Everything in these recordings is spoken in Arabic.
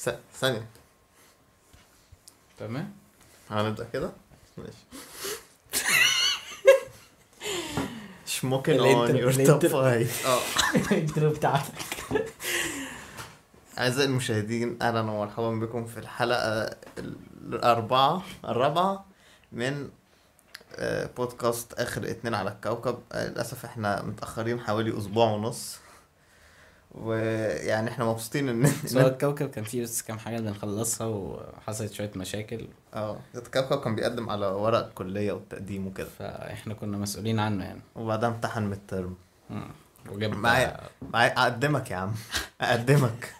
ثانية. تمام هنبدأ كده. ماشي. smoking on your top 5. الانترو بتاعتك. أعزائي المشاهدين، أهلا ومرحبا بكم في الحلقة الرابعة من بودكاست آخر اتنين على الكوكب. للأسف احنا متأخرين حوالي أسبوع ونص، ويعني احنا مبسوطين ان سواء الكوكب كان فيه بس كام حاجة بنخلصها وحصلت شوية مشاكل. الكوكب كان بيقدم على ورق الكلية والتقديم وكده، فاحنا كنا مسؤولين عنه يعني. وبعدها امتحن من الترم. وجاب معايا اقدمك يا عم اقدمك.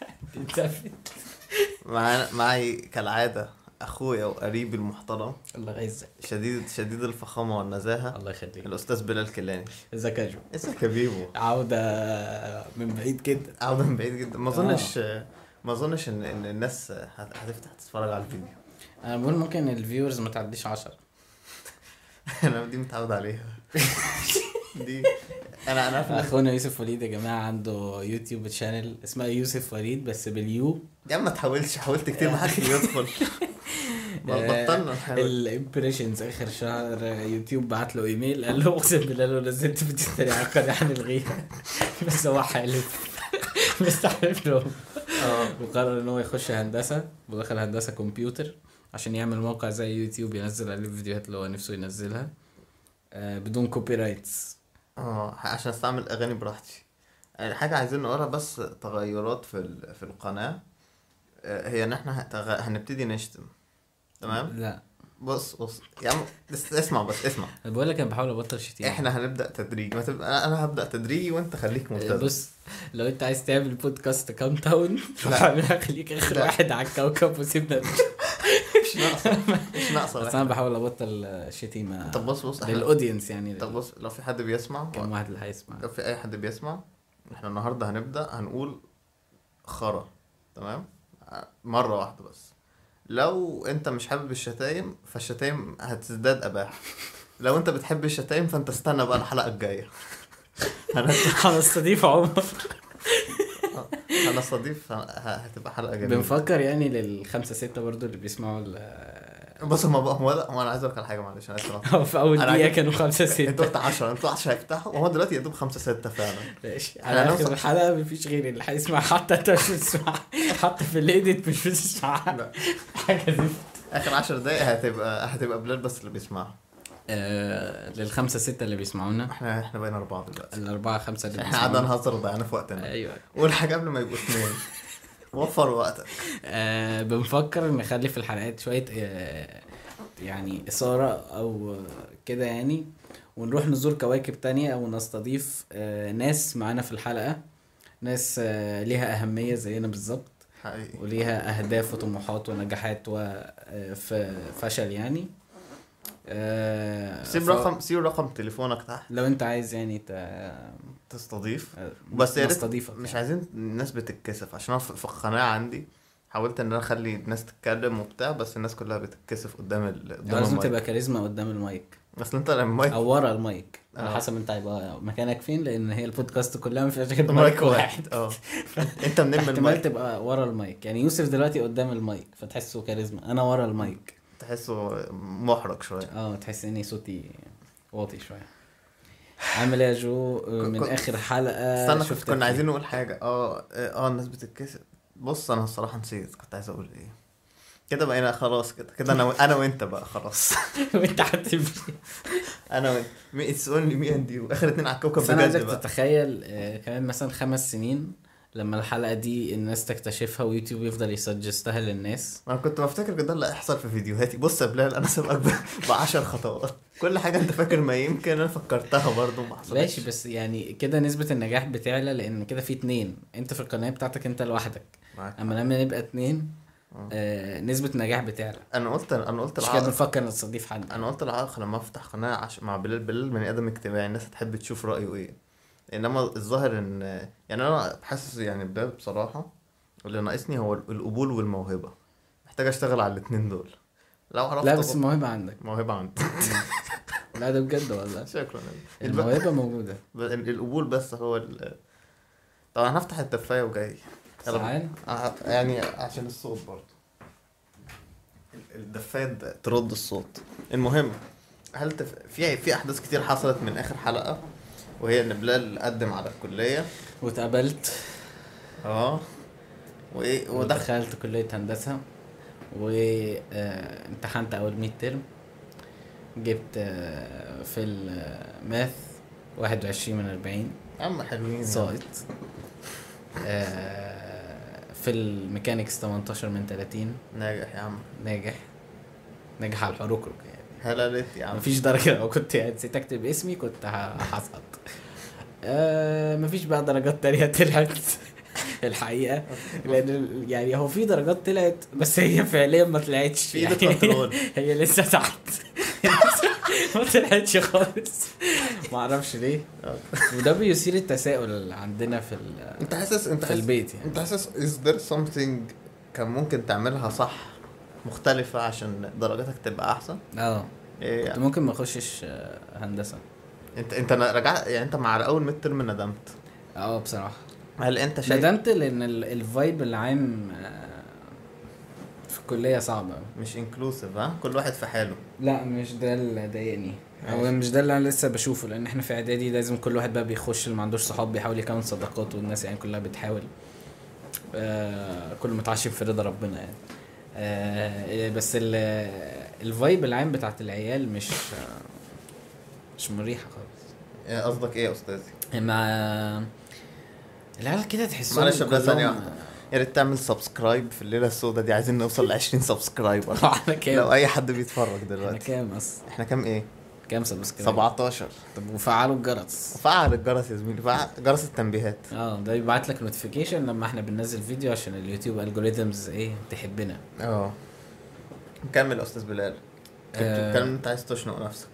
معاي كالعادة اخويا وقريبي المحترم، الله يعزك، شديد الفخامة والنزاهة، الله يخليك، الاستاذ بلال كيلاني. ازيك يا جو؟ ازيك يا بيبو؟ عودة من بعيد جدا. عودة من بعيد جدا. ما اظنش ان الناس هتفتح تتفرج على الفيديو. انا بقول ممكن الفيورز ما تعديش 10. انا دي متعود عليها. دي انا عارف. اخونا يوسف وليد يا جماعه عنده يوتيوب شانل اسمها يوسف وليد بس باليو. يا ما تحاولش، حاولت كتير ما حدش يدخل. بطلنا الامبريشنز اخر شهر يوتيوب بعت له ايميل قال له اقسم بالله لو نزلت فيديو تاني على القناه هنلغيها. بس هو حالف مستحلف له. وقرر ان هو يخش هندسه، ودخل هندسه كمبيوتر عشان يعمل موقع زي يوتيوب ينزل عليه الفيديوهات اللي هو نفسه ينزلها بدون كوبي رايتس. عشان استعمل اغاني براحتي. يعني حاجه عايزين نقولها بس تغيرات في القناه، هي ان احنا هنبتدي نشتم. تمام؟ لا بص يا عم اسمع انا بقول لك انا بحاول ابطل شتيمه. احنا هنبدا تدريجي، ما تبقى انا هبدا تدريجي وانت خليك ملتزم. بص، لو انت عايز تعمل بودكاست كاونت داون هعملها خليك اخر واحد على الكوكب وسيبنا. مش ناقصه بس انا بحاول ابطل شتيمه. طب بص للاودينس يعني. طب بص، لو في حد بيسمع، كم واحد اللي هيسمع؟ لو في اي حد بيسمع، احنا النهارده هنقول خرا. تمام؟ مره واحده بس. لو انت مش حابب الشتايم فالشتايم هتزداد اباحه. لو انت بتحب الشتايم فانت استنى بقى الحلقه الجايه. هنستضيف عمر. هنستضيف، هتبقى حلقه جميله. بنفكر يعني لل5-6 برضو اللي بيسمعوا بص هو انا عايز اقول لك حاجه، معلش انا اسف. في اول دقيقه كانوا 5-6. انتوا 10 هيفتحوا، وهو دلوقتي يدوب 5-6 فعلا. ماشي، على اخر الحلقه مفيش غير اللي هيسمع، حتى انت مش بتسمع، حتى في الايديت مش بتسمع. لا حاجه زفت. اخر 10 دقايق هتبقى بلاد بس اللي بيسمعها. لل5-6 اللي بيسمعونا. احنا بقينا 4 دلوقتي. 4-5 اللي احنا قعدنا نهزر وضيعنا في وقتنا. ايوه، والحاجه قبل ما يبقوا 2. وفر وقتك. بنفكر نخلي في الحلقات شويه يعني إثارة أو كده يعني، ونروح نزور كواكب تانية أو نستضيف ناس معانا في الحلقة، ناس ليها أهمية زينا بالظبط حقيقي، وليها أهداف وطموحات ونجاحات وفشل يعني. سيب رقم تليفونك تحت لو انت عايز يعني تستضيف. بس يا ريت مش يعني. عايزين الناس بتتكسف، عشان في القناة عندي حاولت ان انا اخلي الناس تتكلم وبتاع، بس الناس كلها بتتكسف قدام لازم تبقى كاريزما قدام المايك. اصل انت المايك او ورا المايك على حسب انت هيبقى مكانك فين، لان هي البودكاست كلها مش غير مايك واحد. انت منين من المايك تبقى ورا المايك. يعني يوسف دلوقتي قدام المايك فتحسه كاريزما، انا ورا المايك تحسه محرج شويه. تحس اني صوتي واطي شويه. عامل ايه يا جو من اخر حلقه؟ استنى، كنا عايزين نقول حاجه. الناس بتتكسف. بص انا الصراحه نسيت كنت عايز اقول ايه. كده بقينا خلاص، كده انا وانت بقى خلاص. وانت هتمشي. انا وانت اتس اونلي مي اند يو، اخر 2 على الكوكب بجد. انا عايزك تتخيل كمان مثلا 5 سنين لما الحلقه دي الناس تكتشفها ويوتيوب يفضل يسجستها للناس. انا كنت بفتكر كده اللي هيحصل في فيديوهاتي. بص يا بلال، انا سابقك ب10 خطوات. كل حاجه انت فاكر ما يمكن انا فكرتها برضو ما حصلتش. ماشي، بس يعني كده نسبه النجاح بتعلى، لان كده في 2 انت في القناه بتاعتك انت لوحدك. اما لما نبقى 2 نسبة النجاح بتعلى. انا قلت مش كده بنفكر نستضيف حد. انا قلت العقل لما افتح قناه مع بلال بني ادم اجتماعي، الناس هتحب تشوف رايه ايه. انما الظاهر ان يعني انا حاسس يعني بلال بصراحه اللي ناقصني هو القبول والموهبه. محتاج اشتغل على الاثنين دول. لو عرفت. لا بس الموهبه عندك. موهبه عندي. لا ده بجد والله. شكرا. الموهبه موجوده. القبول بس هو طبعا هفتح التفايه وجاي. ساعان يعني عشان الصوت برضه، الدفات ترد الصوت. المهم، هل في احداث كتير حصلت من اخر حلقة، وهي ان بلال قدم على الكلية واتقبلت اه وايه ودخل ودخلت كلية هندسة وامتحنت أول 100 ترم. جبت في الماث 21/40 يا عم حلوين يعني. ساقط. في الميكانيكس 18/30 ناجح يا عم. ناجح على الحروكروك يعني. هلا ليت يا عم. مفيش درجة، لو كنت نسيت اكتب اسمي كنت هسقط. مفيش بقى درجات تانية طلعت الحقيقة، لأن يعني هو في درجات طلعت بس هي فعليا ما طلعتش في يعني. ايده كنترول. هي لسه تحت. ما طلعتش خالص، ما اعرفش ليه. وده بيثير التساؤل عندنا في انت حاسس في البيت يعني. انت حاسس is there something كان ممكن تعملها صح مختلفة عشان درجاتك تبقى احسن؟ ايه ايه كنت يعني؟ ممكن ما اخشش هندسة. انت رجعت يعني، انت مع اول ميد ترم ندمت؟ بصراحة هل انت شايف ندمت لان الفايب العام في الكلية صعبة. مش انكلوسيف؟ ها، كل واحد في حاله. لا مش ده اللي ضايقني، او مش ده اللي انا لسه بشوفه، لان احنا في اعدادي لازم كل واحد بقى بيخش، اللي ما عندوش صحاب بيحاول يكون صداقات، والناس يعني كلها بتحاول. كل متعشم في رضا ربنا يعني. بس الفايب العام بتاعت العيال مش مريحة خالص. ايه قصدك ايه يا استاذي؟ مع العيال كده تحسهم معلش بس ثانية كلهم. واحدة، يا ريت تعمل سبسكرايب في الليلة السوداء دي، عايزين نوصل ل 20 سبسكرايبر. احنا كام؟ لو اي حد بيتفرج احنا دلوقتي. كام اصلا؟ احنا كام ايه؟ كام سبسكرايب؟ 17. طب وفعلوا الجرس. فعل الجرس يا زميلي، فعل جرس التنبيهات. ده يبعت لك نوتيفيكيشن لما احنا بننزل فيديو، عشان اليوتيوب الجوريثمز تحبنا. كمل يا استاذ بلال. كان انت عايز تشنق نفسك.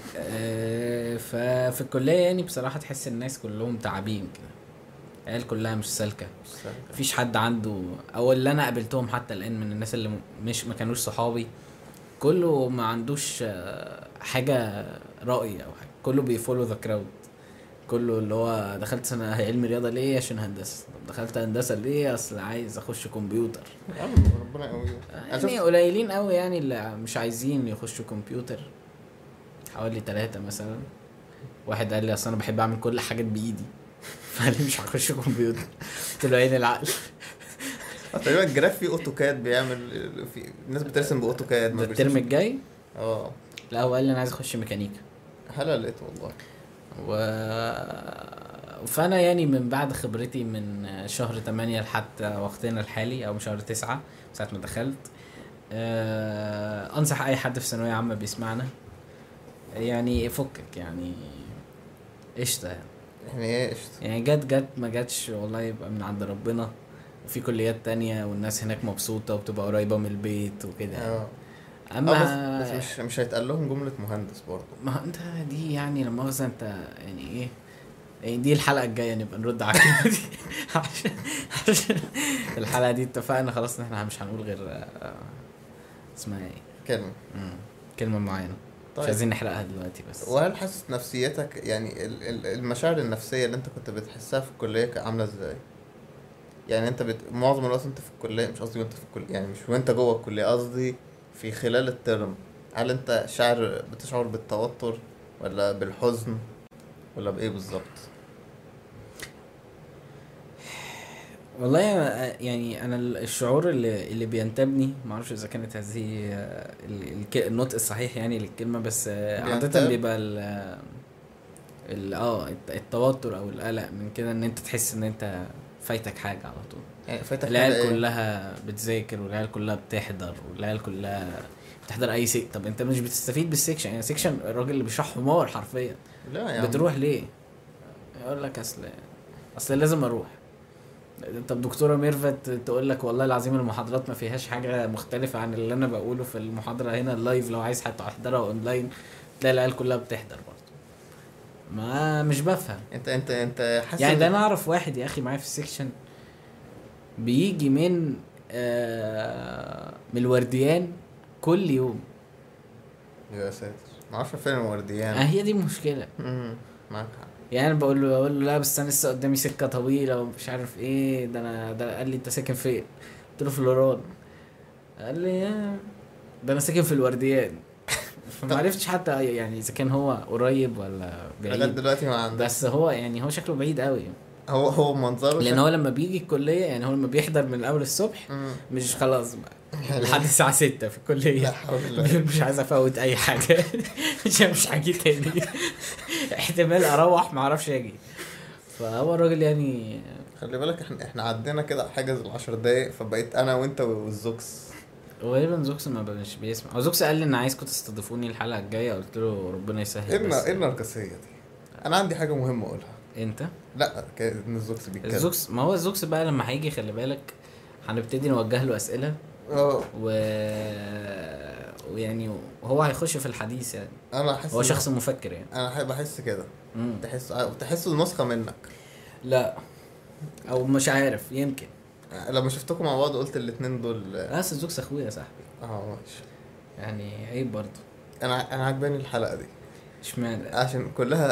ففي الكلية يعني بصراحة تحس الناس كلهم تعبين كده، العيال كلها مش سالكة. مفيش حد عنده، او اللي انا قابلتهم حتى الان من الناس اللي مش ما كانوش صحابي، كله ما عندوش حاجة رأي او حاجة، كله بيفولو ذا كراود. كله اللي هو دخلت سنة علم رياضة ليه؟ عشان هندسة. طب دخلت هندسة ليه؟ اصل عايز اخش كمبيوتر. ربنا يقويه. يعني قليلين قوي يعني اللي مش عايزين يخشوا كمبيوتر، حوالي 3 مثلا. واحد قال لي اصل انا بحب اعمل كل حاجات بايدي، فقال لي مش هخش كمبيوتر. قلت له عين العقل. تقريبا الجراف فيه اوتوكاد بيعمل، في الناس بترسم باوتوكاد. ده الترم الجاي. اه لا هو قال لي انا عايز اخش ميكانيكا. هلا لقيت والله. فانا يعني من بعد خبرتي من شهر 8 لحد وقتنا الحالي، او من شهر 9 ساعة ما دخلت، انصح اي حد في ثانوية عامة بيسمعنا يعني فكك يعني قشطة يعني ايه قشطة؟ يعني جت ما جاتش والله يبقى من عند ربنا. وفي كليات تانية والناس هناك مبسوطة وبتبقى قريبة من البيت وكده. اما بس مش هيتقال لهم جملة مهندس برضو. ما انت دي يعني لما مؤاخذة انت يعني ايه يعني، دي الحلقة الجاية نبقى نرد على الكلمة دي. عشان الحلقة دي اتفقنا خلاص ان احنا مش هنقول غير اسمها ايه، كلمة معينة. طيب. مش عايزين نحرقها دلوقتي بس. وهل حاسس نفسيتك يعني المشاعر النفسية اللي انت كنت بتحسها في الكلية عاملة ازاي؟ يعني انت معظم الوقت انت في الكلية، مش قصدي وانت في الكلية يعني، مش وانت جوه الكلية، قصدي في خلال الترم، هل انت بتشعر بالتوتر ولا بالحزن ولا بايه بالظبط؟ والله يعني انا الشعور اللي بينتابني، ما اعرفش اذا كانت هذه النطق الصحيح يعني للكلمه، بس عاده بيبقى التوتر او القلق من كده، ان انت تحس ان انت فايتك حاجه على طول. يعني فايتك العيال حاجة كلها بتذاكر، والعيال كلها بتحضر، والعيال كلها بتحضر اي طب انت مش بتستفيد بالسكشن يعني. سكشن الراجل اللي بيشرح حمار حرفيا. لا يعني بتروح ليه؟ يقول لك اصل لازم اروح. طب دكتوره ميرفت تقول لك والله العظيم المحاضرات ما فيهاش حاجه مختلفه عن اللي انا بقوله في المحاضره هنا اللايف، لو عايز حتى احضرها اونلاين تلاقي العيال كلها بتحضر برضه. ما مش بفهم. انت حاسس يعني ده انا اعرف واحد يا اخي معايا في السكشن بيجي من الورديان كل يوم. يا ساتر، ما اعرفش فين الورديان. هي دي المشكله. معاك حق. يعني انا بقول له لا بس انا لسه قدامي سكه طويله ومش عارف ايه ده قال لي انت ساكن فين؟ قلت له في الوران. قال لي ده انا ساكن في الورديان. فما عرفتش حتى يعني اذا كان هو قريب ولا لغايه بعيد. دلوقتي ما عندك. بس هو يعني هو شكله بعيد قوي. هو منظره لان هو لما بيجي الكليه يعني هو لما بيحضر من اول الصبح مم. مش خلاص بقى يعني لحد الساعه 6 في الكليه. لا حول الله. بيقول مش عايز افوت اي حاجه. مش هاجي تاني. احتمال اروح ما اعرفش اجي. فهو الراجل يعني خلي بالك احنا عدينا كده حاجز ال10 دقايق، فبقيت انا وانت والزوكس. غالبا زوكس ما مش بيسمع. هو زوكس قال لي ان عايزكم تستضيفوني الحلقه الجايه. قلت له ربنا يسهل. بس ايه النرجسيه دي؟ انا عندي حاجه مهمه اقولها. انت لا ان الزوكس بيتكلم. الزوكس ما هو الزوكس بقى لما هيجي خلي بالك هنبتدي نوجه له اسئله و... ويعني هو هيخش في الحديث يعني. انا احس هو شخص مفكر يعني. انا بحس كده. تحسه نسخه منك. لا او مش عارف يمكن. لما شفتكم مع بعض قلت الاتنين دول. بس الزوكس اخويا يا صاحبي. ماشي. يعني عيب برضه. انا عجباني الحلقه دي اشمعنى؟ عشان كلها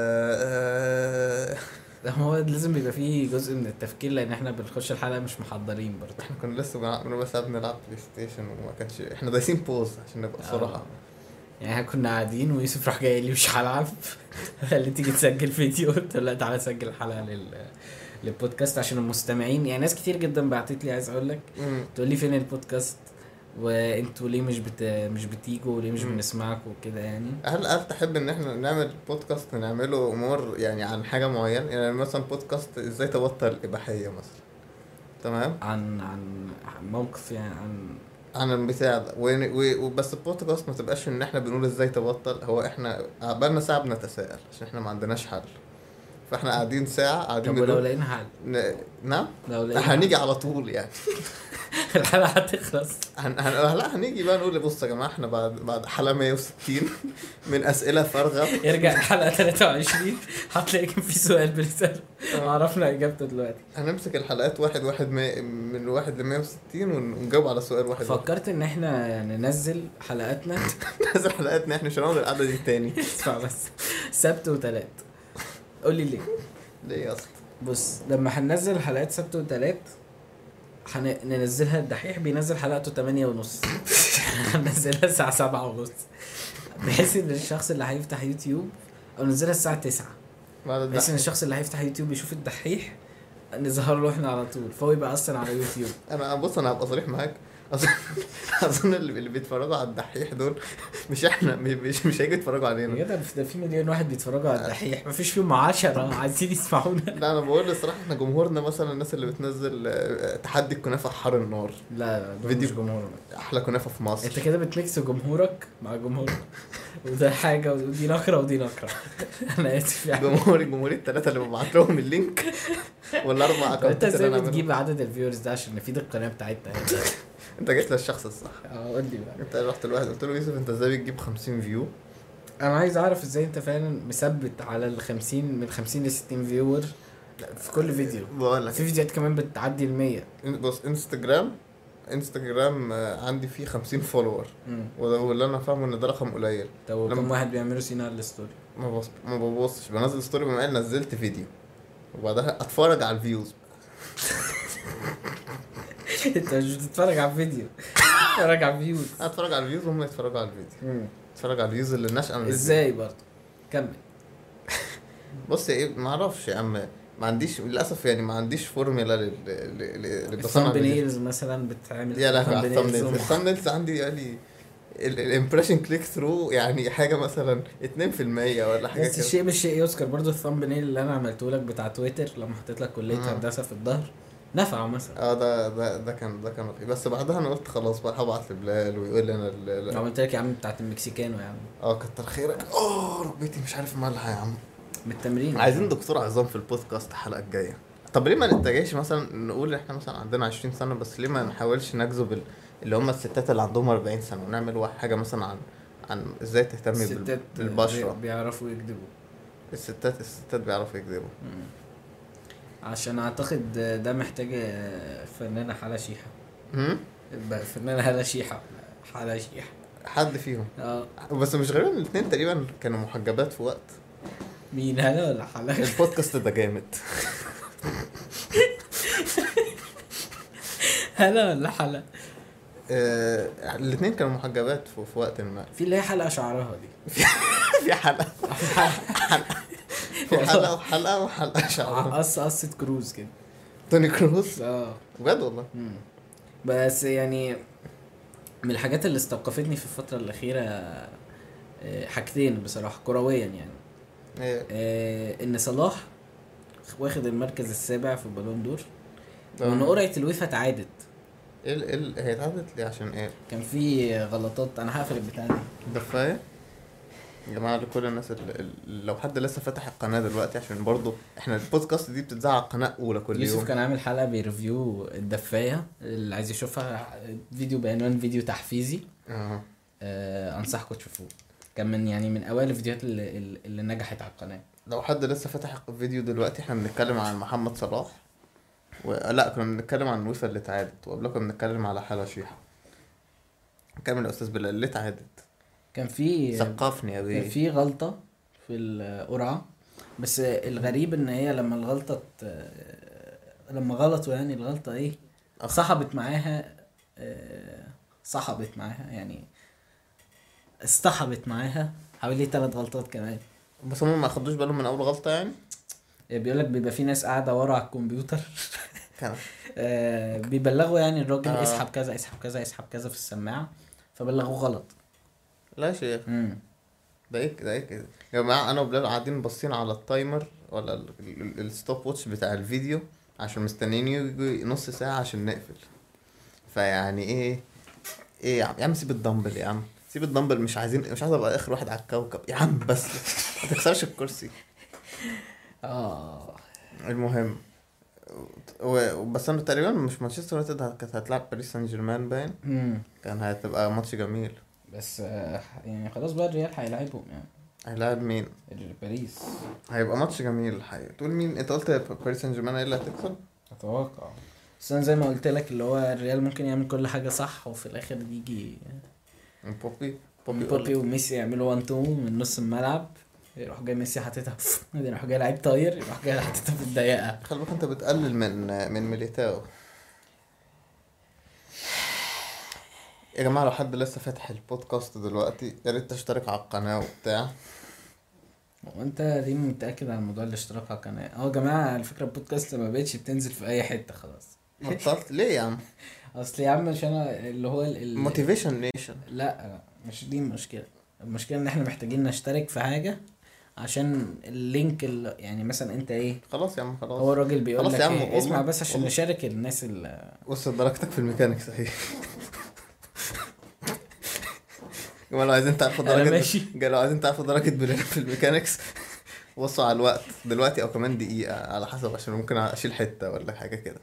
هو لازم بيبقى فيه جزء من التفكير لان احنا بنخش الحلقه مش محضرين برضه. احنا كنا لسه بس بنلعب بلاي ستيشن وما كانش احنا دايسين بوز عشان نبقى صراحه. يعني احنا كنا قاعدين ويوسف راح جاي لي مش هلعب. قال لي تيجي تسجل فيديو. قلت له لا تعالى سجل حلقه للبودكاست عشان المستمعين. يعني ناس كتير جدا بعتت لي عايز اقول لك تقول لي فين البودكاست وانتوا ليه مش بتيجوا وليه مش بنسمعكم وكده يعني. هل تحب ان احنا نعمل بودكاست نعمله امور يعني عن حاجه معينه؟ يعني مثلا بودكاست ازاي تبطل الاباحيه مثلا. تمام. عن موقف يعني عن البتاع ده وبس. البودكاست ما تبقاش ان احنا بنقول ازاي تبطل. هو احنا بقالنا ساعه بنتساءل عشان احنا ما عندناش حل. فاحنا قاعدين ساعه قاعدين طب ولو لقينا حل نعم لو لقينا هنيجي على طول يعني. الحلقه هتخلص. لا هنيجي بقى نقول بص يا جماعه احنا بعد حلقه 160 من اسئله فارغه. ارجع الحلقه 23 هتلاقي كان في سؤال بنساله عرفنا اجابته دلوقتي. هنمسك الحلقات واحد من 1 ل 160 ونجاوب على سؤال واحد. فكرت ان احنا ننزل حلقاتنا. ننزل حلقاتنا احنا مش هنعمل القعده دي تاني. اسمع بس سبت وتلات. قول لي ليه اصلا؟ بص لما هننزل حلقات سبت وتلات ننزلها. الدحيح بينزل حلقته 8:30. هننزلها الساعة 7:30 بحيث ان الشخص اللي هيفتح يوتيوب او ننزلها الساعة 9 بحيث ان الشخص اللي هيفتح يوتيوب يشوف الدحيح نظهر له احنا على طول فهو يبقى اصلا على يوتيوب. انا هبقى صريح معاك. اظن اللي بيتفرجوا على الدحيح دول مش احنا مش هيجوا يتفرجوا علينا. يا جدع ده في مليون واحد بيتفرجوا على الدحيح مفيش فيهم 10 عايزين يسمعونا. لا انا بقول الصراحه احنا جمهورنا مثلا الناس اللي بتنزل تحدي الكنافه حار النار. لا فيديو مش جمهورنا. احلى كنافه في مصر. انت كده بتميكس جمهورك مع جمهورك وده حاجه ودي نكره ودي نكره. انا اسف يعني. جمهوري الثلاثه اللي ببعت لهم اللينك والاربع انت اكونتات ازاي اللي بتجيب عدد الفيورز ده عشان نفيد القناه بتاعتنا؟ انت جيت للشخص الصح. قول لي بقى. انت رحت لواحد قلت له يوسف انت ازاي بتجيب 50 فيو؟ انا عايز اعرف ازاي انت فعلا مثبت على ال50 من 50 ل 60 فيور في كل فيديو. بقول لك في فيديوهات كمان بتعدي ال100. بص انستجرام عندي فيه 50 فولور واللي انا فاهمه ان ده رقم قليل. طب كم واحد بيعملوا سين على الستوري؟ ما ببصش بنزل ستوري بما ان نزلت فيديو وبعدها اتفرج على الفيوز. انت مش بتتفرج على الفيديو اتفرج على الفيوز. اتفرج على الفيوز وهم يتفرجوا على الفيديو. اتفرج على الفيوز اللي الناس عملتها ازاي برضه. كمل. بص ايه ما اعرفش يا عم ما عنديش للاسف يعني ما عنديش فورمولا للتصنيع الثامبنيلز مثلا بتعمل. يا لهوي على الثامبنيلز عندي يعني الامبريشن كليك ثرو يعني حاجه مثلا 2% ولا حاجه كده. بس الشيء بالشيء يذكر برضه الثامبنيل اللي انا عملته لك بتاع تويتر لما حطيت لك كليه هندسه في الظهر نفع مثلا. ده كان بس بعدها انا قلت خلاص بقى هبعت لبلال ويقول لي انا عملت لك يا عم بتاعت المكسيكانو يا عم. كتر خيرك. ركبتي مش عارف مالها يا عم. من التمرين. عايزين دكتور عظام في البودكاست الحلقه الجايه. طب ليه ما نتجاش مثلا نقول احنا مثلا عندنا 20 سنه بس ليه ما نحاولش نجذب اللي هم الستات اللي عندهم 40 سنه ونعمل حاجه مثلا عن ازاي تهتمي بالبشره. بيعرفوا يكذبوا. الستات بيعرفوا يكذبوا. عشان اعتقد ده محتاج فنانه حلا شيحه. فنانه حلا شيحه. حد فيهم. بس مش غير ان الاثنين تقريبا كانوا محجبات في وقت. مين هلا ولا حلا؟ البودكاست ده جامد. هلا ولا حلا؟ الاثنين كانوا محجبات في وقت ما. في اللي هي حلقة شعرها دي. في حلقة وحلقة شعرها. قصة كروز كده. توني كروز اه بجد والله. بس يعني من الحاجات اللي استوقفتني في الفترة الأخيرة حاجتين بصراحة كرويا يعني. إن صلاح واخد المركز السابع في البالون دور، وإن قرعة الويفا اتعادت. هي اتعدت ليه؟ عشان ايه؟ كان في غلطات. أنا هقفل البتاع دي. دفاية يا جماعة لكل الناس لو حد لسه فاتح القناة دلوقتي، عشان برضو احنا البودكاست دي بتتذاع على القناة أولى كل يوم. يوسف كان عامل حلقة بيرفيو الدفاية، اللي عايز يشوفها فيديو بعنوان فيديو تحفيزي. أنصحكم تشوفوه. كان من أوائل الفيديوهات اللي نجحت على القناة. لو حد لسه فاتح الفيديو دلوقتي، احنا بنتكلم عن محمد صلاح لا كنا بنتكلم عن الويفا اللي اتعادت، وقبلها كنا بنتكلم على حالة شيحة. كمل يا أستاذ بلال اللي اتعادت. كان في ثقفني يا بيه. كان في غلطة في القرعة، بس الغريب ان هي لما الغلطة لما غلطوا يعني الغلطة ايه صحبت معاها يعني اصطحبت معاها حوالي 3 غلطات كمان. بس هم ما اخدوش بالهم من اول غلطة يعني. بيقولك بيبقى في ناس قاعدة ورا على الكمبيوتر كان بيبلغوا يعني الراجل اسحب كذا اسحب كذا اسحب كذا في السماعة، فبلغوا غلط. لا شيخ. ده ايه كده يا جماعه؟ انا وبلال قاعدين باصين على التايمر ولا الستوب واتش بتاع الفيديو، عشان مستنيين يجي نص ساعه عشان نقفل. فيعني ايه يا عم سيب الدمبل يا عم، سيب الدمبل. مش عايز ابقى اخر واحد على الكوكب يا عم، بس ما تكسرش الكرسي. المهم بس انا تقريبا مش مانشستر يونايتد كانت هتلعب باريس سان جيرمان باين. كان هتبقى ماتش جميل. بس يعني خلاص بقى الريال هيلاعبهم يعني. هيلاعب مين؟ باريس. هيبقى ماتش جميل الحقيقة. تقول مين؟ انت قلت باريس سان جيرمان هي اللي هتكسب؟ اتوقع. بس انا زي ما قلت لك اللي هو الريال ممكن يعمل كل حاجة صح، وفي الاخر يجي بوبي وميسي يعملوا 1-2 من نص الملعب، يروح جاي ميسي حاططها يروح جاي لعيب طاير يروح جاي حاططها في الضيقة. خلي بالك انت بتقلل من ميليتاو. يا جماعة لو حد لسه فاتح البودكاست دلوقتي يا ريت تشترك على القناة وبتاع. وانت ليه متأكد على موضوع الاشتراك على القناة؟ يا جماعة على فكرة البودكاست ما بقتش بتنزل في اي حتة خلاص. بطلت ليه يا عم؟ اصل يا عم مش انا اللي هو موتيفيشن نيشن. لا مش دي المشكلة. المشكلة ان احنا محتاجين نشترك في حاجة عشان اللينك يعني مثلا انت ايه. خلاص يا عم خلاص. هو الراجل بيقول لك إيه؟ اسمع بس عشان نشارك الناس وصل درجتك في الميكانيك صحيح. جماعة لو عايزين تعرفوا درجة بلال في الميكانيكس وصوا على الوقت دلوقتي او كمان دقيقة على حسب، عشان ممكن اشيل حتة ولا حاجة كده.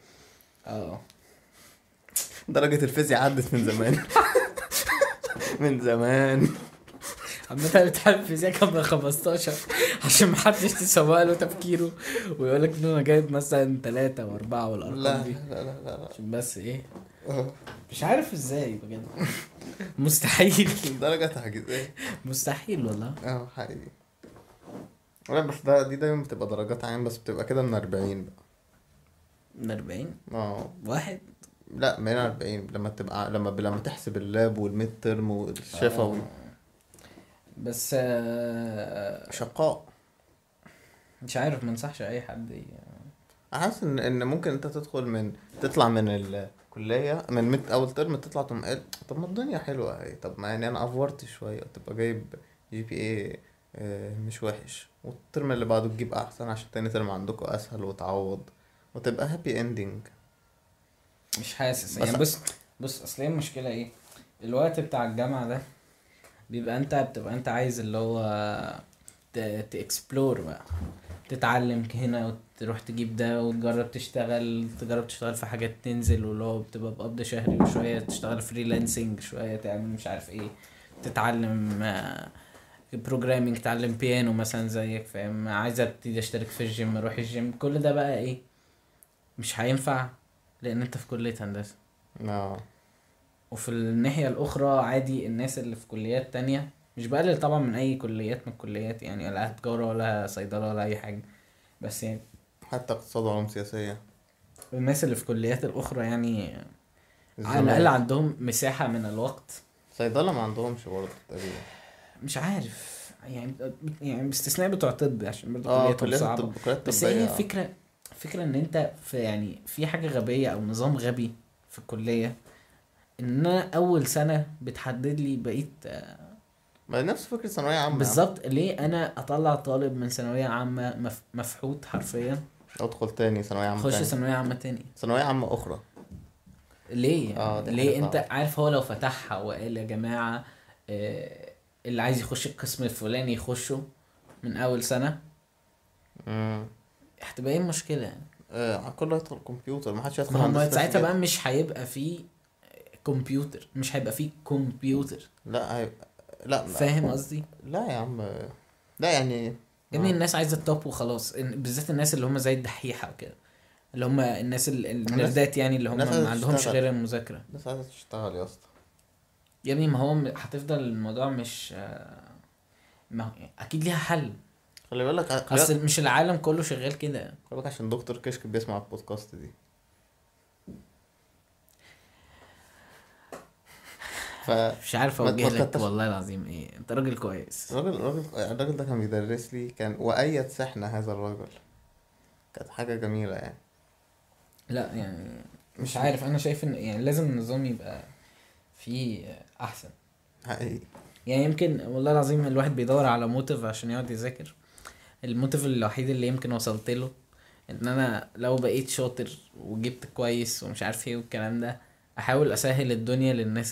درجة الفيزياء عدت من زمان. من زمان. عامة بتحب الفيزياء كان 15 عشان محدش تسوق له تفكيره ويقول لك ان انا جايب مثلا 3 و4 والارقام دي. لا عشان بس ايه مش عارف ازاي بجد. مستحيل. درجة تعجيزية. مستحيل والله. حقيقي. لا بس دي دايما بتبقى درجات عين، بس بتبقى كده من 40 بقى. من 40 واحد. لا من 40 لما تحسب اللاب والميد ترم والشفوي. بس شقاء. مش عارف منصحش اي حد حاسس ان ممكن انت تطلع من الكليه من اول ترم تطلع طب ما الدنيا حلوه اهي. طب ما يعني انا افورت شويه تبقى جايب GPA مش وحش، والترم اللي بعده تجيب احسن عشان تاني ترم عندكم اسهل وتعوض وتبقى هابي اندنج. مش حاسس يعني. بص اصل هي المشكله ايه، الوقت بتاع الجامعه ده بتبقى انت عايز اللي هو تاكسبلور بقى، تتعلم هنا وتروح تجيب ده وتجرب تشتغل في حاجات تنزل، واللي هو بتبقى بقبض شهري، وشويه تشتغل فريلانسنج، شويه تعمل مش عارف ايه، تتعلم بروجرامينج، تعلم بيانو مثلا زيك فاهم. عايز ابتدي اشترك في الجيم، اروح الجيم. كل ده بقى ايه مش هينفع لان انت في كليه هندسه. وفي الناحيه الاخرى عادي الناس اللي في كليات تانية مش بقلل طبعا من اي كليات من الكليات يعني، لا تجاره ولا صيدله ولا اي حاجه، بس يعني حتى اقتصاد وعلوم سياسية. الناس اللي في كليات الاخرى يعني على الاقل الزمالك. عندهم مساحه من الوقت. صيدلة ما عندهمش برضه تقريبا. مش عارف يعني، يعني باستثناء بتوع طب عشان برضه اه كلياتهم كليات صعبه. الطب، كليات بس هي الطبية. فكره ان انت في يعني في حاجه غبيه او نظام غبي في الكليه، ان انا اول سنه بتحدد لي بقيت ما نفس فكرة ثانوية عامة يا عم. بالظبط. ليه انا اطلع طالب من ثانويه عامه مفحوط حرفيا ادخل تاني ثانوية عامة يخش تاني. ثانويه عامه تاني؟ ثانوية عامة أخرى. ليه اه يعني؟ دي حاجة ليه؟ انت صعبة. عارف هو لو فتحها وقال يا جماعه اللي عايز يخش القسم الفلاني يخشه من اول سنه، امم. هتبقى ايه المشكله يعني؟ كله يدخل كمبيوتر، ما حدش يدخل ما هو هندسة ساعتها بقى نتيجة. مش هيبقى فيه كمبيوتر، مش هيبقى فيه كمبيوتر. لا لا فاهم قصدي؟ لا يا عم. لا يعني. يا ابني الناس عايزه التوب وخلاص، بالذات الناس اللي هم زي الدحيحه وكده، اللي هم الناس الناس النردات يعني، اللي هم الناس ما عايزة عندهمش تشتغل. غير المذاكره. الناس عايزة تشتغل يا اسطى. يا ابني ما هو هتفضل الموضوع مش ما هو اكيد ليها حل. خلي بالك اصل مش العالم كله شغال كده. خلي بالك عشان دكتور كشك بيسمع البودكاست دي. ف مش عارف ما اوجه لك تكترش. والله العظيم ايه، انت راجل كويس. الراجل ده كان بيدرس لي، كان وأيد سحنة هذا الرجل. كانت حاجة جميلة يعني. لا يعني مش مش عارف، انا شايف ان يعني لازم النظام يبقى فيه احسن. حقيقي. يعني يمكن والله العظيم الواحد بيدور على موتيف عشان يقعد يذاكر. الموتيف الوحيد اللي يمكن وصلت له ان انا لو بقيت شاطر وجبت كويس ومش عارف ايه والكلام ده، احاول اسهل الدنيا للناس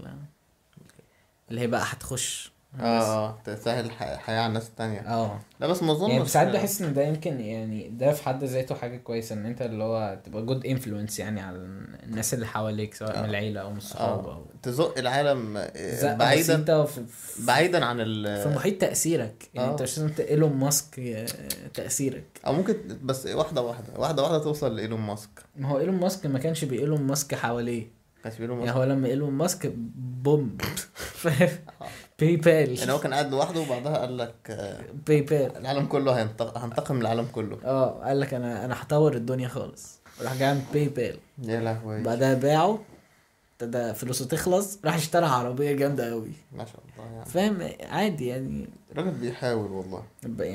اللي هي بقى هتخش هندسة. تسهل الحياة على الناس التانية. اه لا بس ما يعني اظنش. ساعات بحس ان ده يمكن يعني ده في حد ذاته حاجة كويسة، ان انت اللي هو تبقى جود انفلونس يعني على الناس اللي حواليك، سواء من العيلة او من الصحاب او تزق العالم زقة بعيدا. بسيطة بعيدا عن في محيط تأثيرك. يعني انت اه مش لازم ايلون ماسك تأثيرك. او ممكن، بس واحدة واحدة واحدة واحدة توصل لإيلون ماسك. ما هو ايلون ماسك ما كانش بايلون ماسك حواليه. كانش بيقولوا يعني ماسك. هو لما ايلون ماسك بوم آه. باي بال. يعني هو كان قاعد لوحده وبعدها قال لك باي بال. العالم كله هنتقم من العالم كله. اه قال لك انا هطور الدنيا خالص، راح جاي عامل باي بال. يا لهوي. بعدها باعه، ابتدى فلوسه تخلص، راح اشترى عربية جامدة قوي. ما شاء الله يعني. فاهم؟ عادي يعني. الراجل بيحاول والله.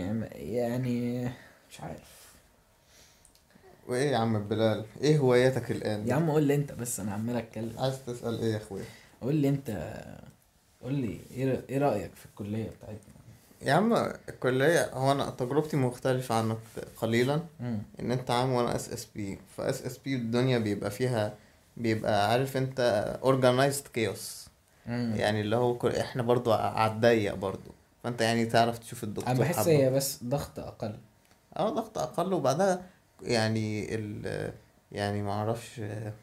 يعني مش عارف. وايه يا عم بلال، ايه هواياتك الآن؟ يا عم قول لي انت بس، انا عمال اتكلم. عايز تسأل ايه يا اخويا؟ قول لي انت، قول لي ايه رأيك في الكلية بتاعتنا؟ يا عم الكلية، هو انا تجربتي مختلفة عنك قليلا. امم ان انت عام وانا اس اس بي، فاس اس بي الدنيا بيبقى فيها، بيبقى عارف انت organized chaos. يعني اللي هو احنا برضو عالضيق برضو. فانت يعني تعرف تشوف انا الدكتور بحس حبة. هي بس ضغط اقل. اه ضغط اقل، وبعدها يعني يعني ما اعرفش.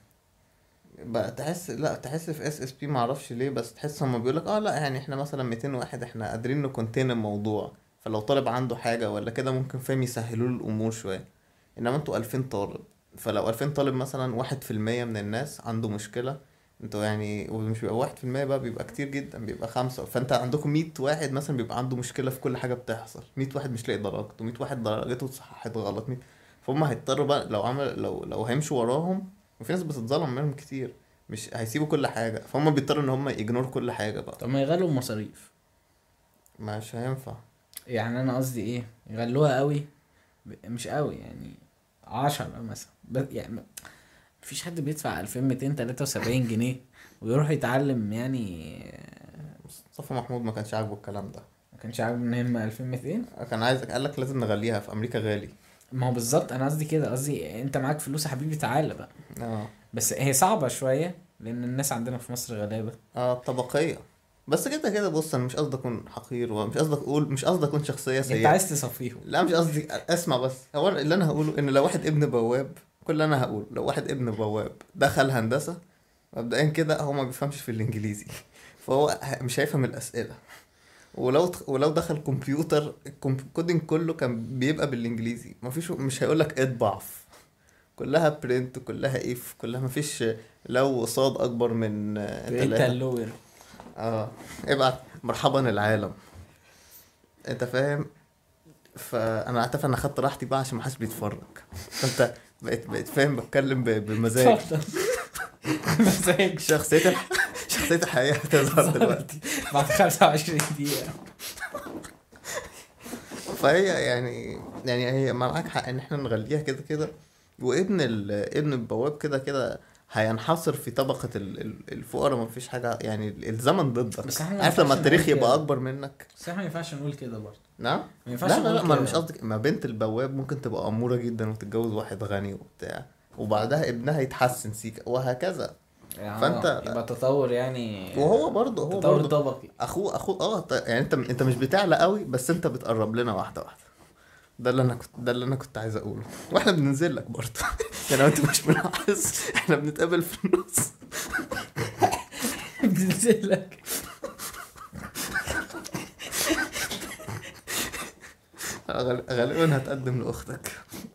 بقى تحس، لا تحس في اس اس بي ما اعرفش ليه، بس تحس هما بيقولك لا يعني احنا مثلا 200 واحد احنا قادرين نكونتين الموضوع. فلو طالب عنده حاجة ولا كده ممكن فاهم يسهلوا له الامور شوية. انما انتوا 2000 طالب، فلو 2000 طالب مثلا 1% من الناس عنده مشكلة. انتوا يعني، ومش بيبقى 1% بقى، بيبقى كتير جدا، بيبقى 5. فانت عندكم 100 واحد مثلا بيبقى عنده مشكلة في كل حاجة بتحصل. 100 واحد مش لاقي درجته، 100 واحد درجته اتصححت غلط. 100. فهم هيضطروا بقى لو عمل، لو هيمشوا وراهم. وفي ناس بتتظلم منهم كتير، مش هيسيبوا كل حاجة، فهم بيضطروا ان هم يجنور كل حاجة بقى. طب ما يغلوا المصاريف. مش هينفع. يعني انا قصدي ايه، يغلوها قوي، مش قوي يعني، 10 مثلا بس يعني. مفيش حد بيدفع 2273 جنيه ويروح يتعلم يعني. مصطفى محمود ما كانش عاجبه الكلام ده. ما كانش عارف ان هم 2200. كان عايز، قال لك لازم نغليها، في امريكا غالي. ما هو بالظبط انا قصدي كده، قصدي انت معاك فلوس يا حبيبي تعالى بقى. اه بس هي صعبة شوية لان الناس عندنا في مصر غلابة. طبقية. بس كده كده بص، انا مش قصدي اكون حقير، ومش قصدي اقول، مش قصدي اكون شخصية انت سيئة. عايز تصفيهم. لا مش قصدي، اسمع بس. هو اللي انا هقوله ان لو واحد ابن بواب، كل اللي انا هقوله لو واحد ابن بواب دخل هندسة، مبدئيا كده هو ما بيفهمش في الانجليزي. فهو مش هيفهم الاسئلة. ولو دخل كمبيوتر، الكودينج كله كان بيبقى بالانجليزي، مفيش، مش هيقولك اطبع. كلها برنت، كلها اف، كلها مفيش. لو صاد اكبر من بقيت 3. اللور. اه ابعت مرحبا العالم، انت فاهم. فانا اعتقد انا خدت راحتي بقى عشان ما حدش بيتفرج، فانت بقيت فاهم بتكلم بمزاج. اتفضل. مزاج. شخصية الحقيقة هتظهر دلوقتي. بعد 25 دقيقة. فهي يعني هي معاك حق ان احنا نغليها كده كده. ابن البواب كده كده هينحصر في طبقة الفقراء، ما فيش حاجة يعني، الزمن ضدك. بس احنا ما عارف لما ينفعش التاريخ نقول يبقى كده. اكبر منك. بس احنا ما ينفعش نقول كده برضه. نعم. ما ينفعش لا لا لا، نقول ما انا كده. مش قصدي، ما بنت البواب ممكن تبقى أمورة جدا وتتجوز واحد غني وبتاع، وبعدها ابنها يتحسن سيكا وهكذا. يعني فانت يبقى تطور يعني. وهو برضه هو تطور برضه طبقي. اخوه يعني انت مش بتعلى قوي، بس انت بتقرب لنا واحده واحده. ده اللي انا كنت عايز اقوله، واحنا بننزل لك برضه. يعني لو انت مش ملاحظ احنا بنتقابل في النص. بننزل لك. غالبا هتقدم لاختك.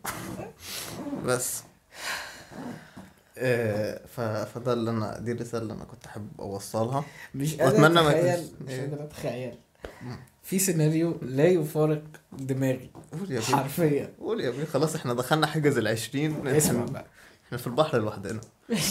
بس فده اللي دي الرساله اللي انا كنت حابب اوصلها. مش قادر واتمنى ما اتخيل. يكونش- مش قادر اتخيل في سيناريو لا يفارق دماغي قول يا بيه، حرفيا. قول يا بيه، خلاص احنا دخلنا حجز 20. اسمع بقى. احنا في البحر لوحدنا.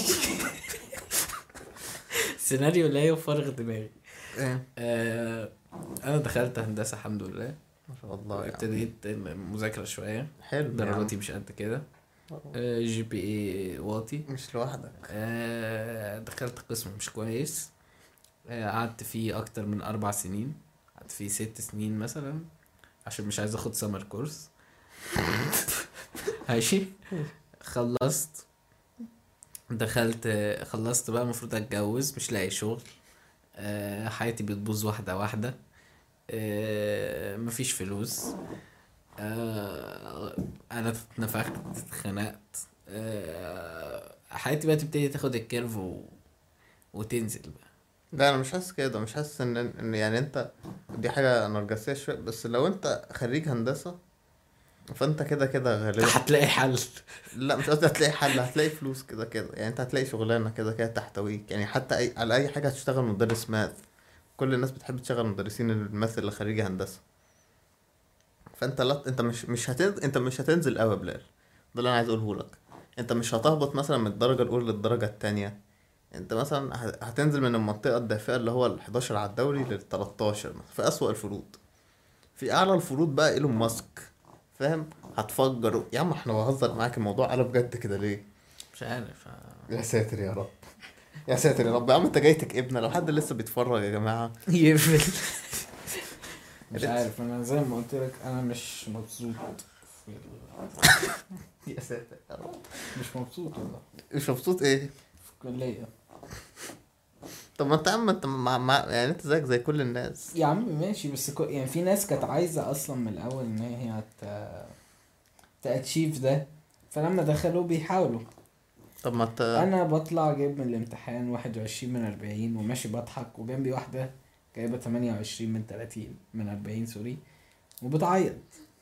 سيناريو لا يفارق دماغي. ايه انا دخلت هندسة الحمد لله. ما شاء الله يعني. ابتديت المذاكرة شوية. حلو يا عم. درجاتي مش قد كده. جي بي اي واطي. مش لوحدك. دخلت قسم مش كويس. قعدت فيه اكتر من 4 سنين. قعدت فيه 6 سنين مثلا عشان مش عايز اخد سمر كورس. ماشي. خلصت خلصت بقى، المفروض اتجوز، مش لاقي شغل. حياتي بتبوظ واحدة واحدة. مفيش فلوس. انا اتنفخت، اتخنقت. حياتي بقى تبتدي تاخد الكيرف وتنزل بقى. لا انا مش حاسس كده، مش حاسس ان يعني انت، دي حاجه نرجسيه شويه، بس لو انت خريج هندسه فانت كده كده غالبا. هتلاقي حل. لا مش قصدي هتلاقي حل، هتلاقي فلوس كده كده، يعني انت هتلاقي شغلانه كده كده تحتويك، يعني حتى على اي حاجه هتشتغل مدرس ماث. كل الناس بتحب تشتغل مدرسين الماث اللي خريجي هندسه. فانت لا انت انت مش هتنزل قوي يا بلال. ده اللي انا عايز اقوله لك. انت مش هتهبط مثلا من الدرجه الاولى للدرجه التانية. انت مثلا هتنزل من المنطقه الدافئه اللي هو ال11 على الدوري لل13 في اسوأ الفروض. في اعلى الفروض بقى ايلون ماسك، فاهم؟ هتفجر يا عم. احنا بهزر معاك، الموضوع قلب بجد كده ليه؟ مش عارف. يا ساتر يا رب، يا ساتر يا رب. يا عم انت جاي تكئبنا، لو حد لسه بيتفرج يا جماعه. يقفل. مش عارف، انا زي ما قلت لك انا مش مبسوط في يا ساتر يا رب. مش مبسوط والله مش مبسوط ايه؟ في الكلية. طب ما انت يا عم انت يعني انت زيك زي كل الناس. يا عم ماشي، بس يعني في ناس كانت عايزة اصلا من الاول ان هي تاتشيف ده، فلما دخلوا بيحاولوا. طب ما انت انا بطلع جايب من الامتحان 21 من 40 وماشي بضحك، وجنبي واحدة جايبة 28 من 30 من 40 سوري، وبتعيط.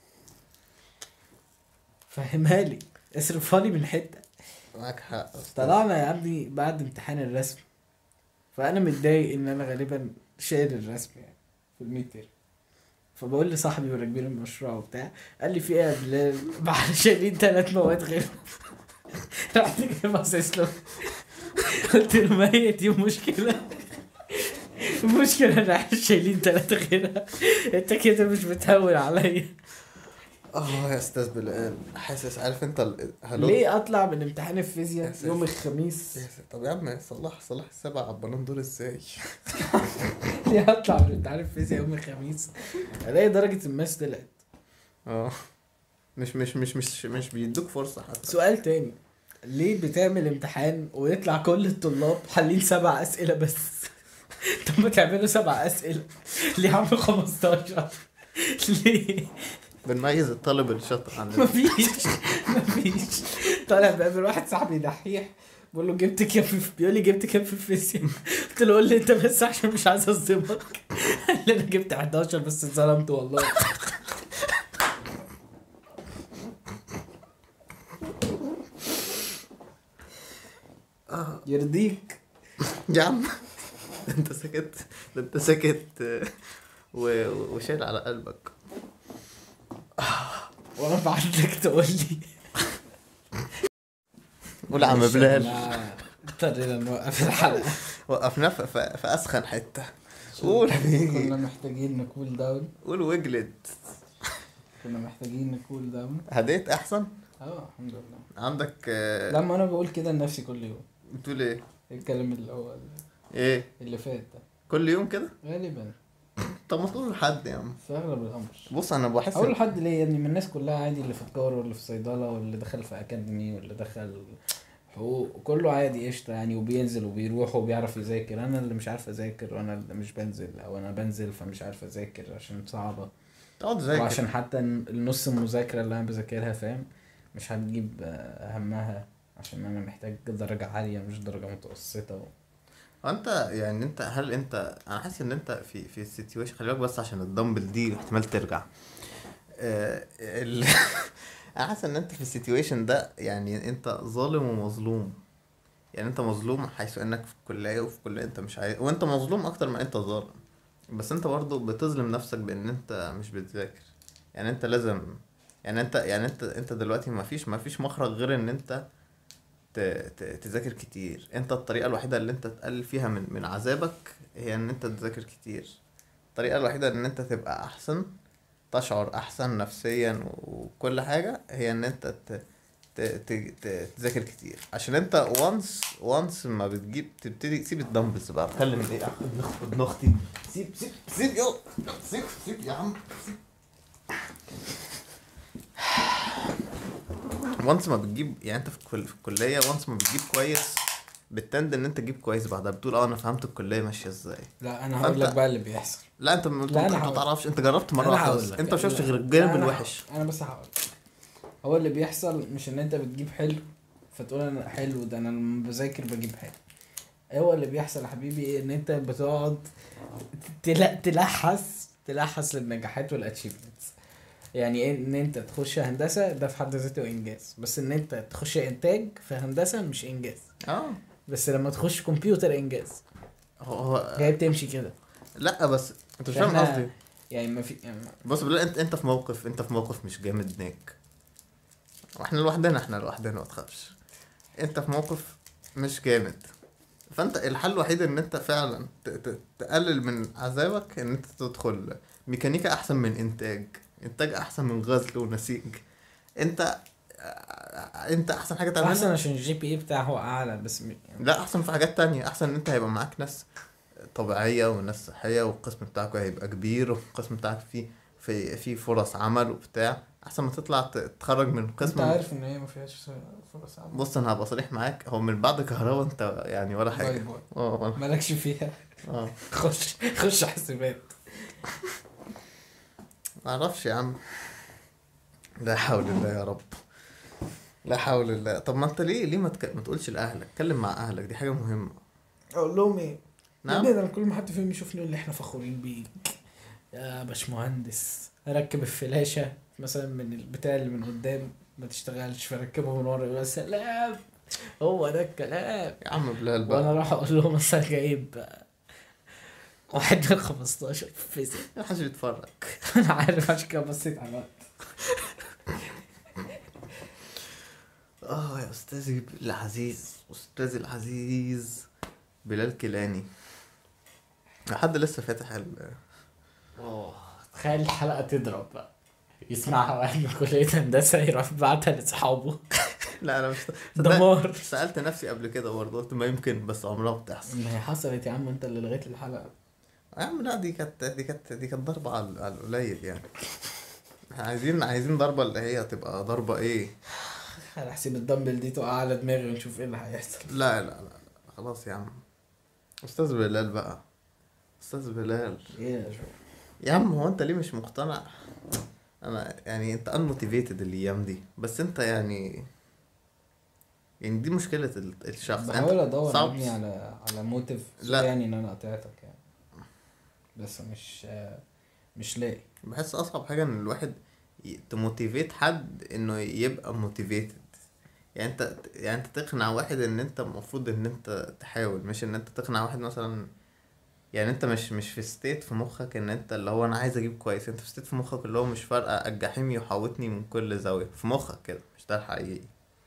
فهمها لي، اصرفها لي من حتة. معاك حق. طلعنا يا ابني بعد امتحان الرسم، فانا متضايق ان انا غالبا شايل الرسم يعني في الميتر. فبقول لصاحبي وراكبين المشروع وبتاع، قال لي في ايه يا بلال؟ بعد شايلين 3 مواد غير. رحت جاي باصص له، قلت له ما هي دي مشكلة. المشكلة ان احنا شايلين 3 غيرها، انت كده مش بتهون عليا. يا استاذ بلال، حاسس عارف انت ليه اطلع من امتحان الفيزياء يوم الخميس؟ طب يا عم صلح السبع عبالين دول ازاي؟ ليه اطلع من امتحان الفيزياء يوم الخميس الاقي درجة الماس طلعت؟ مش بيدوك فرصة حتى. سؤال تاني، ليه بتعمل امتحان ويطلع كل الطلاب حالين 7 اسئلة بس؟ طب ما تعملوا 7 اسئلة ليه عامل 15؟ ليه؟ بنميز الطالب الشاطر عن مفيش. طالع بقابل واحد صاحبي دحيح، بقول له جبت كام بيقول لي جبت كام في الفيزياء؟ قلت له قول لي انت بس عشان مش عايز اصدمك. قال لي انا جبت 11 بس اتظلمت والله. يرضيك يا عم انت ساكت، ده انت ساكت وشايل على قلبك. وانا بعتلك تقول لي قول يا عم معلش يا بلال. جماعة، اضطرينا نوقف الحلقة. وقفناه في اسخن حته. قول كنا محتاجين نكول داون. قول واجلد. كنا محتاجين نكول داون. هديت احسن. الحمد لله. عندك لما انا بقول كده لنفسي كل يوم. بتقول ايه؟ الكلام اللي هو ايه اللي فات ده كل يوم كده؟ غالبا طب ما تقول لحد يا عم. في اغلب الامر. بص انا بحس اقول لحد ليه يا ابني؟ من الناس كلها عادي، اللي في تجاره واللي في صيدله واللي دخل في اكاديمي واللي دخل حقوق، كله عادي قشطه يعني، وبينزل وبيروح وبيعرف يذاكر. انا اللي مش عارف اذاكر، وانا اللي مش بنزل، او انا بنزل فمش عارف اذاكر عشان صعبه، تقعد تذاكر. وعشان حتى النص المذاكره اللي انا بذاكرها فاهم مش هتجيب همها، عشان انا محتاج درجه عاليه مش درجه متوسطه. انت يعني هل انت، انا حاسس ان انت في السيتويشن، خلي بالك بس عشان الدمبل دي احتمال ترجع. انا حاسس ان انت في السيتويشن ده يعني انت ظالم ومظلوم. يعني انت مظلوم حيث انك في الكليه، وفي كليه انت مش عايز، وانت مظلوم اكتر ما انت ظالم. بس انت برضو بتظلم نفسك بان انت مش بتذاكر. يعني انت لازم، يعني انت دلوقتي ما فيش مخرج غير ان انت تذاكر كتير. انت الطريقة الوحيدة اللي انت تقلل فيها من عذابك هي ان انت تذاكر كتير. الطريقة الوحيدة ان انت تبقى احسن، تشعر احسن نفسيا وكل حاجة، هي ان انت تذاكر كتير. عشان انت وانس ما بتجيب تبتدي. سيب الدمبلز بقى، اتكلم ايه ابن اختي. سيب سيب يا عم. وانس ما بتجيب، يعني انت في الكليه وانس ما بتجيب كويس، بتتند ان انت تجيب كويس بعدها، بتقول انا فهمت الكليه ماشيه ازاي. لا انا هقول لك بقى اللي بيحصل. لا انت ما تعرفش، انت جربت مره واحده بس، انت ما شفتش غير الجانب الوحش. انا بس هقول هو اللي بيحصل مش ان انت بتجيب حلو فتقول انا حلو ده، انا لما بذاكر بجيب حلو. هو اللي بيحصل يا حبيبي ان انت بتقعد تلحس للنجاحات والاتشيفمنتس. يعني ايه ان انت تخش هندسه ده في حد ذاته انجاز، بس ان انت تخش انتاج في هندسه مش انجاز. بس لما تخش كمبيوتر انجاز. هي بتمشي كده. لا بس انت مش فاهم قصدي. يعني ما في بص بالله، انت في موقف مش جامد هناك، واحنا لوحدنا ما تخافش. انت في موقف مش جامد، فانت الحل الوحيد ان انت فعلا تقلل من عذابك، ان انت تدخل ميكانيكا احسن من انتاج احسن من غزل ونسيج. انت احسن حاجه تعملها احسن عشان الجي بي اي بتاعه اعلى، بس يعني. لا احسن في حاجات تانية، احسن ان انت هيبقى معاك ناس طبيعيه وناس صحيه، والقسم بتاعك هيبقى كبير، والقسم بتاعك فيه فرص عمل وبتاع، احسن ما تطلع تتخرج من قسم. انت عارف ان هي ما فيهاش فرص عمل. بص انا هبقى صريح معاك، هو من بعد كهرباء انت يعني ولا حاجه. مالكش فيها. خش حسابات. ما اعرفش يا عم. لا حول الله يا رب، لا حول الله. طب ما انت ليه ما تقولش لاهلك؟ اتكلم مع اهلك، دي حاجه مهمه. اقول لهم ايه؟ نعم. انا كل ما حد فيهم يشوفني يقول لي احنا فخورين بيك يا باشمهندس. اركب الفلاشه مثلا من البتاع اللي من قدام ما تشتغلش، فركبه من ورا، يا سلام هو ده الكلام يا عم بلال بقى. وانا راح اقول لهم اصل جايب 1 من 15 في فيزياء. محدش بيتفرج. انا عارف عشان كده بصيت على الوقت. يا استاذي العزيز بلال كيلاني، لحد لسه فاتح تخيل الحلقه تضرب بقى، يسمعها واحد من كليه هندسه يروح بعتها لاصحابه. لا انا مش دمار. سألت نفسي قبل كده برضه، قلت ما يمكن، بس عمرها ما بتحصل. ما هي حصلت يا عم، انت اللي لغيت الحلقه يا عم. لا دي كانت ضربة على القليل يعني. عايزين ضربة اللي هي تبقى ضربة ايه. على حسب الدمبل دي تقع على دماغي ونشوف ايه اللي هيحصل. لا خلاص يا عم. استاذ بلال بقى، استاذ بلال. ايه يا عم هو انت ليه مش مقتنع؟ انا يعني انت unmotivated الايام دي، بس انت يعني دي مشكلة الشخص. بحاول ادور ابني على موتيف. لا يعني ان انا قطعتك يعني، بس مش لاقي. بحس اصعب حاجة ان الواحد تموتيفيت حد انه يبقى موتيفيتد. يعني انت تقنع واحد ان انت المفروض ان انت تحاول، مش ان انت تقنع واحد مثلا يعني انت مش في ستيت في مخك ان انت اللي هو انا عايز اجيب كويس، انت في ستيت في مخك اللي هو مش فارقه الجحيم يحاوطني من كل زاويه في مخك كده، مش ده الحقيقي.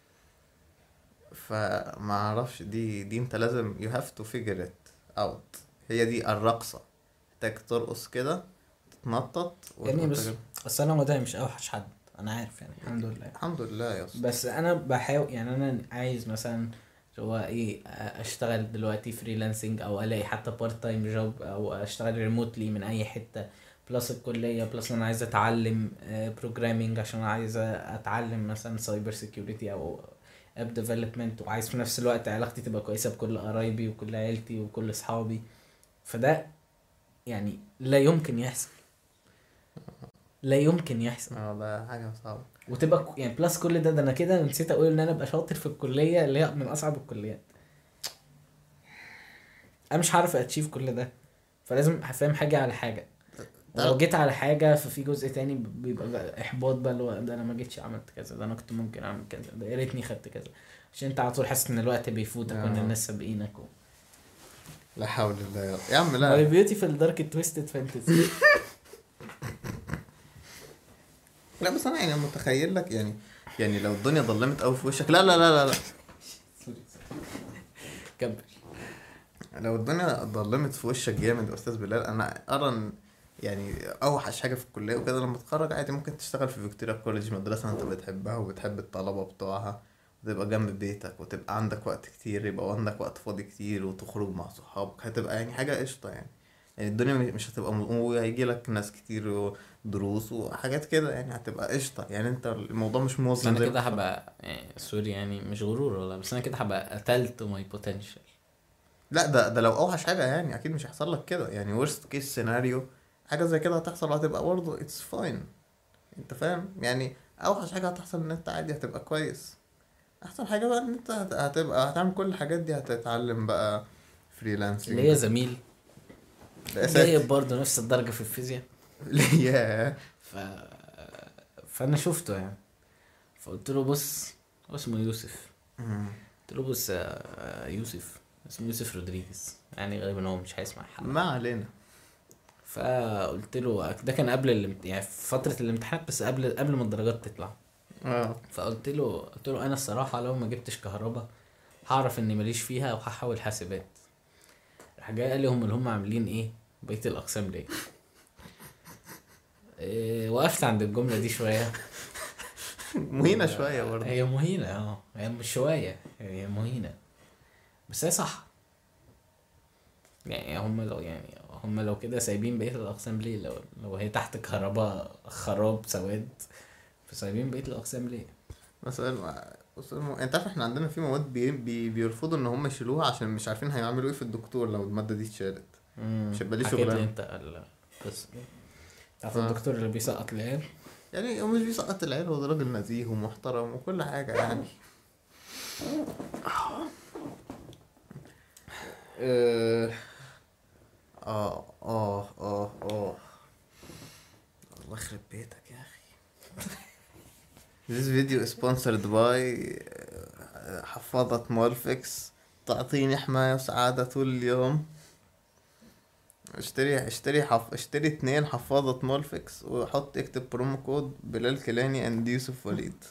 فما اعرفش، دي انت لازم you have to figure it out. هي دي الرقصه، محتاج ترقص كده، تتنطط يعني بس وتجرب. اصل انا وضعي مش اوحش حد، انا عارف يعني الحمد لله. الحمد لله يا اسطى. بس انا بحاول يعني انا عايز مثلا هو ايه اشتغل دلوقتي فريلانسنج او الاقي حتى بارت تايم جوب او اشتغل ريموتلي من اي حته، بلس الكليه، بلس انا عايز اتعلم بروجرامينج عشان عايز اتعلم مثلا سايبر سيكيورتي او اب ديفلوبمنت، وعايز في نفس الوقت علاقتي تبقى كويسه بكل قرايبي وكل عيلتي وكل اصحابي. فده يعني لا يمكن يحصل، لا يمكن يحصل. ده حاجه صعبه. وتبقى يعني بلس كل ده انا كده نسيت اقول ان انا ابقى شاطر في الكليه اللي هي من اصعب الكليات. انا مش هعرف اتشيف كل ده، فلازم هفهم حاجه على حاجه. ولو جيت على حاجه ففي جزء تاني بيبقى بقى احباط بقى، اللي هو ده انا ما جيتش عملت كذا، ده انا كنت ممكن اعمل كذا، ده يا ريتني خدت كذا، عشان انت على طول حاسس ان الوقت بيفوتك وان الناس سابقينك لا حول الله يا عم ماي لا. بيوتيفul دارك تويستد فانتسي. لا بس انا يعني متخيل لك يعني لو الدنيا ظلمت قوي في وشك، لا لا لا لا لا، كمل. لو الدنيا ظلمت في وشك جامد يا استاذ بلال، انا ارى يعني اوحش حاجه في الكليه وكده لما تتخرج عادي ممكن تشتغل في فيكتوريا كوليدج، مدرسه انت بتحبها وبتحب الطلبه بتوعها، وتبقى جنب بيتك وتبقى عندك وقت كتير، يبقى عندك وقت فاضي كتير وتخرج مع صحابك، هتبقى يعني حاجه قشطه يعني. يعني الدنيا مش هتبقى وهيجي لك ناس كتير ودروس وحاجات كده، يعني هتبقى قشطه، يعني انت الموضوع مش بس موظف انا زي كده هبقى يعني سوري يعني مش غرور والله، بس انا كده هبقى قتلت ماي بوتنشال. لا ده لو اوحش حاجه، يعني اكيد مش هيحصل لك كده، يعني worst case scenario حاجه زي كده هتحصل وهتبقى برضه it's fine. انت فاهم يعني اوحش حاجه هتحصل ان انت عادي هتبقى كويس، احسن حاجه بقى ان انت هتبقى هتعمل كل الحاجات دي، هتتعلم بقى اللي فريلانسنج. هي زميل ده جايب ساتر. برضه نفس الدرجه في الفيزياء. ياه. ف... فانا شفته يعني، فقلت له بص، هو اسمه يوسف. مم. قلت له بص يا يوسف، اسمه يوسف رودريجيز، يعني غالبا هو مش هيسمع الحلقه. ما علينا. فقلت له ده كان قبل يعني في فتره الامتحانات، بس قبل ما الدرجات تطلع. اه قلت له انا الصراحه لو ما جبتش كهرباء هعرف اني ماليش فيها وهحاول حاسبات. راح جاي قال لي هم اللي هم عاملين ايه بقيه الاقسام ليه. وقفت عند الجمله دي شويه. مهينه شويه برضه. هي مهينه، هي مش شويه، هي مهينه، بس هي صح. يعني هم لو كده سايبين بقيه الاقسام ليه؟ لو هي تحت كهرباء خراب سواد، فسايبين بقيه الاقسام ليه؟ بس انت عارف احنا عندنا في مواد بيرفضوا ان هم يشيلوها عشان مش عارفين هيعملوا ايه في الدكتور لو الماده دي اتشالت، مش هيبقى ليه حكيت لي شغلانه. انت بس تعرف الدكتور اللي بيسقط العيال؟ يعني هو مش بيسقط العيال، هو ده راجل نزيه ومحترم وكل حاجة يعني. اه اه الله يخرب بيتك يا اخي. This video is sponsored by حفاضة مولفكس، تعطيني حماية وسعادة طول اليوم. اشتري 2 حفاضة مولفكس وحط اكتب برومو كود بلال كيلاني اند يوسف وليد.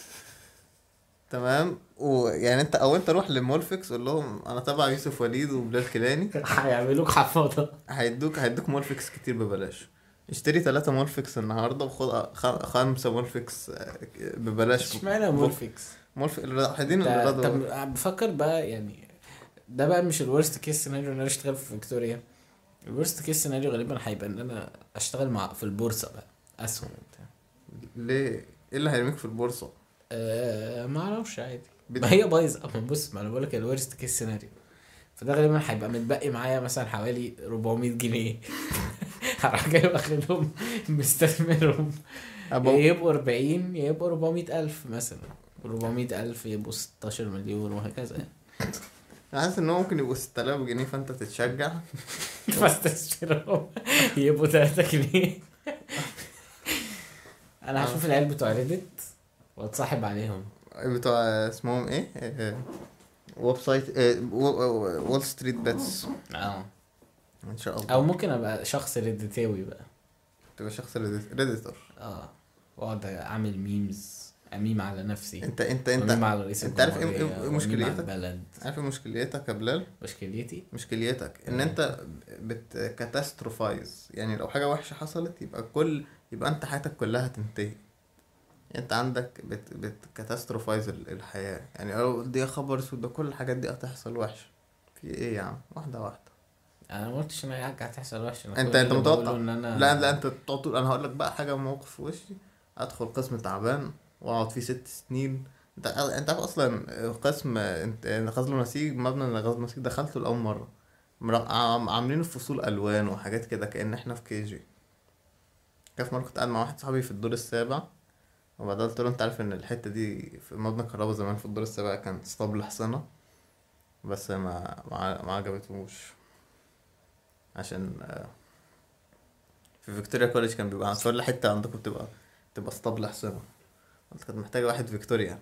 تمام، ويعني انت روح لمولفكس قول لهم انا تبع يوسف وليد وبلال كيلاني، هيعملوك حفاضه. هيدوك مولفكس كتير ببلاش. اشتري 3 مولفكس النهارده وخد 5 مولفكس ببلاش. اشمعنى مورفيكس؟ الوحيدين اللي رضوا. طب بفكر بقى يعني ده بقى مش الورست كيس سيناريو ان انا اشتغل في فيكتوريا. الورست كيس سيناريو غالبا هيبقى ان انا اشتغل في البورصه بقى، اسهم وبتاع. ليه؟ ايه اللي هيرميك في البورصه؟ ما اعرفش عادي. ما هي بايظه. بص، ما انا بقول لك الورست كيس سيناريو، فده غالبا هيبقى متبقي معايا مثلا حوالي 400 جنيه. هروح جاي واخدهم مستثمرهم، يا يبقوا 40 يا يبقوا 400 ألف مثلا، 400 ألف يبقوا 16 مليون وهكذا يعني. انا حاسس ان هو ممكن يبقوا 6000 جنيه فانت تتشجع. فاستثمرهم يبقوا 3 جنيه. انا هشوف العيال بتوع ريدت واتصاحب عليهم. بتوع اسمهم ايه؟ ويب سايت وول ستريت بيتس. اه ان شاء الله. او ممكن ابقى شخص ريديتاوي بقى، تبقى شخص ريديتور. واقعد اعمل ميمز، اميم على نفسي، انت اميم على رئيس انت عارف الجمهورية، ايه وأميم مشكلتك؟ على البلد. عارف ايه مشكلتك يا بلال؟ مشكلتك ان انت بتكاتاستروفايز. يعني لو حاجه وحشه حصلت يبقى انت حياتك كلها تنتهي. انت عندك بتكاتاستروفايز الحياه. يعني لو دي خبر اسود، ده كل الحاجات دي هتحصل وحشه. في ايه يا عم؟ واحده واحده. انا ما قلتش ان اي حاجه هتحصل وحشه، انا انت كل اللي متوقع؟ بقوله ان انا لا انت تقعد تقول انا هقول لك بقى حاجه موقف في وشي. ادخل قسم تعبان واقعد فيه 6 سنين. انت عارف اصلا قسم غزل ونسيج، مبنى غزل ونسيج دخلته لاول مره. عاملين الفصول الوان وحاجات كده كأن احنا في كي جي. كان في مره كنت قاعد مع واحد صاحبي في الدور السابع، وبعدين قلت له انت عارف ان الحته دي في مبنى الكهرباء زمان في الدور السابع كان اسطبل حصانه. بس ما عجبتهوش. عشان في فيكتوريا كوليج كان بيبقى في كل حته عندكم تبقى اسطبل حصانه. قلت كانت محتاجه واحد فيكتوريا.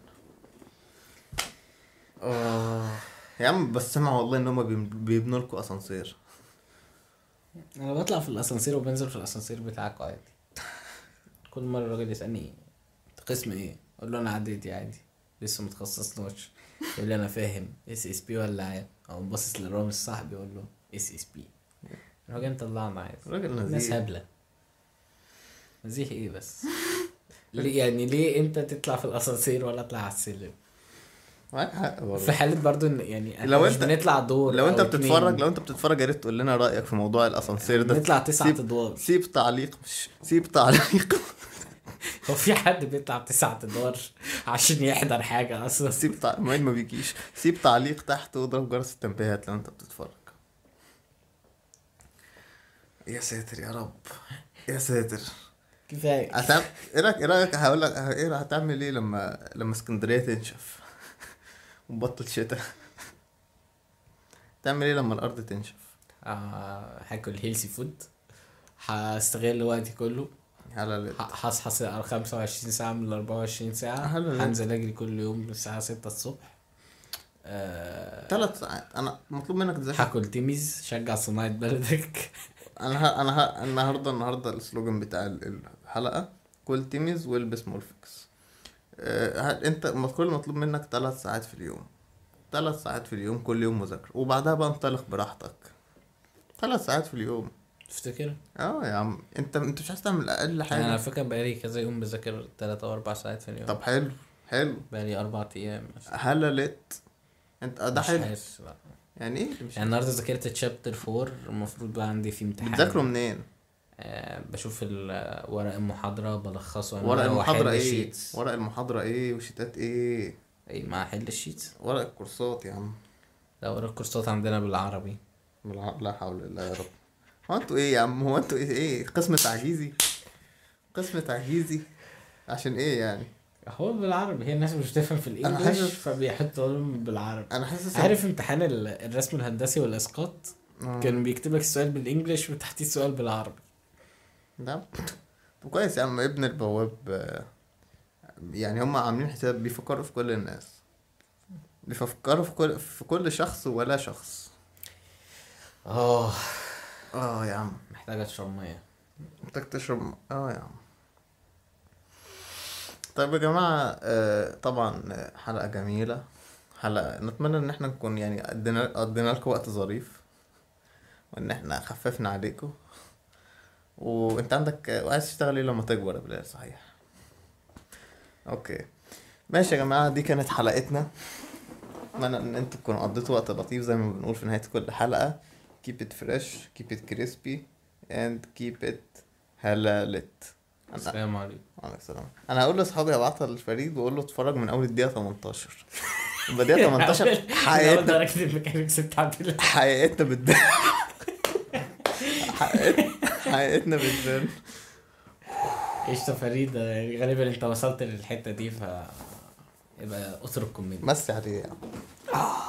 يا عم بس سمع والله ان هم بيبنوا لكم اسانسير. انا بطلع في الاسانسير وبنزل في الاسانسير بتاعك عادي. كل مره الراجل يسالني انت قسم ايه، اقول له انا عديتي عادي لسه متخصصناش. يقول لي انا فاهم اس بي ولا عام، او باصص للرامز صاحبي يقول له اس بي. الراجل مطلعنا عادي، راجل ناس نزيه. هبله. نزيه ايه بس؟ ليه يعني ليه انت تطلع في الاسانسير ولا اطلع على السلم؟ معاك حق في برضه. حالة برضو ان يعني احنا لو مش انت بنطلع دور لو انت أو بتتفرج اتنين. لو انت بتتفرج يا ريت تقول لنا رايك في موضوع الاسانسير ده. بنطلع 9 سيب ادوار. سيب تعليق، مش سيب تعليق. هو في حد بيطلع 9 ادوار عشان يحضر حاجة اصلا؟ ما بيجيش. سيب تعليق تحت واضرب جرس التنبيهات لو انت بتتفرج. يا ساتر يا رب، يا ساتر. كفاية. ايه رايك هقول لك ايه هتعمل ايه لما اسكندريه تنشف وبطل شتاء؟ تعمل ايه لما الارض تنشف؟ هاكل هيلسي فود، هستغل وقتي كله، هلا هصحى 25 ساعة من 24 ساعة، هنزل اجري كل يوم الساعة 6 الصبح. 3 ساعات. انا مطلوب منك تذاكر. هاكل تيميز، شجع صناعة بلدك. النهارده السلوجان بتاع الحلقه كل تيميز والبس مولفكس. انت كل مطلوب منك 3 ساعات في اليوم. 3 ساعات في اليوم كل يوم مذاكره، وبعدها بقى انطلق براحتك. 3 ساعات في اليوم. تفتكر؟ يا عم انت مش عايز تعمل اقل حاجه. انا على فكرة بقالي كذا يوم بذاكر 3 او 4 ساعات في اليوم. طب حلو. بقالي 4 ايام. هللت انت ده مش حلو. حاسس بقى. يعني ايه مش يعني النهارده ذاكرت تشابتر 4، المفروض بقى عندي فيه امتحان. بتذاكره منين؟ بشوف ورق المحاضرة بلخصه ورق المحاضرة ايه؟ الشيتس. ورق المحاضرة ايه وشيتات ايه؟ ايه مع حل الشيتس. ورق الكورسات يا عم. لا، ورق الكورسات عندنا بالعربي. لا حول الله يا رب. هو انتوا ايه يا عم؟ هو انتوا ايه قسم تعجيزي؟ قسم تعجيزي عشان ايه يعني؟ هو بالعربي، هي الناس مش بتفهم في الانجليش فبيحطوا لهم بالعربي. انا حاسس عارف امتحان الرسم الهندسي والاسقاط كان بيكتب لك السؤال بالانجليش وتحتيه السؤال بالعربي. نعم. طب كويس يا عم. ابن البواب يعني هم عاملين حساب، بيفكروا في كل الناس، بيفكروا في كل شخص ولا شخص. يا عم محتاجة اشرب ميه. محتاج تشرب يا عم. طيب يا جماعة، طبعا حلقة جميلة. حلقة نتمنى ان احنا نكون يعني قضينا لكم وقت ظريف، وان احنا خففنا عليكم. وانت عندك وعايز تشتغل ايه لما تكبر يا بلال؟ صحيح. اوكي ماشي يا جماعة، دي كانت حلقتنا. اتمنى ان انتوا تكونوا قضيتوا وقت لطيف زي ما بنقول في نهاية كل حلقة. keep it fresh, keep it crispy and keep it هلالت. السلام عليكم. وعليكم السلام. انا هقول لاصحابي ابعتها لفريد واقول له اتفرج من اول الدقيقه 18. يبقى دقيقه 18 حياتنا. درجة الميكانيكس بتاعت حياتنا بالدم. حياتنا بالدم. قشطة فريد، يعني غالبا انت وصلت للحتة دي، ف يبقى اترك كومنت. مسي عليه يعني.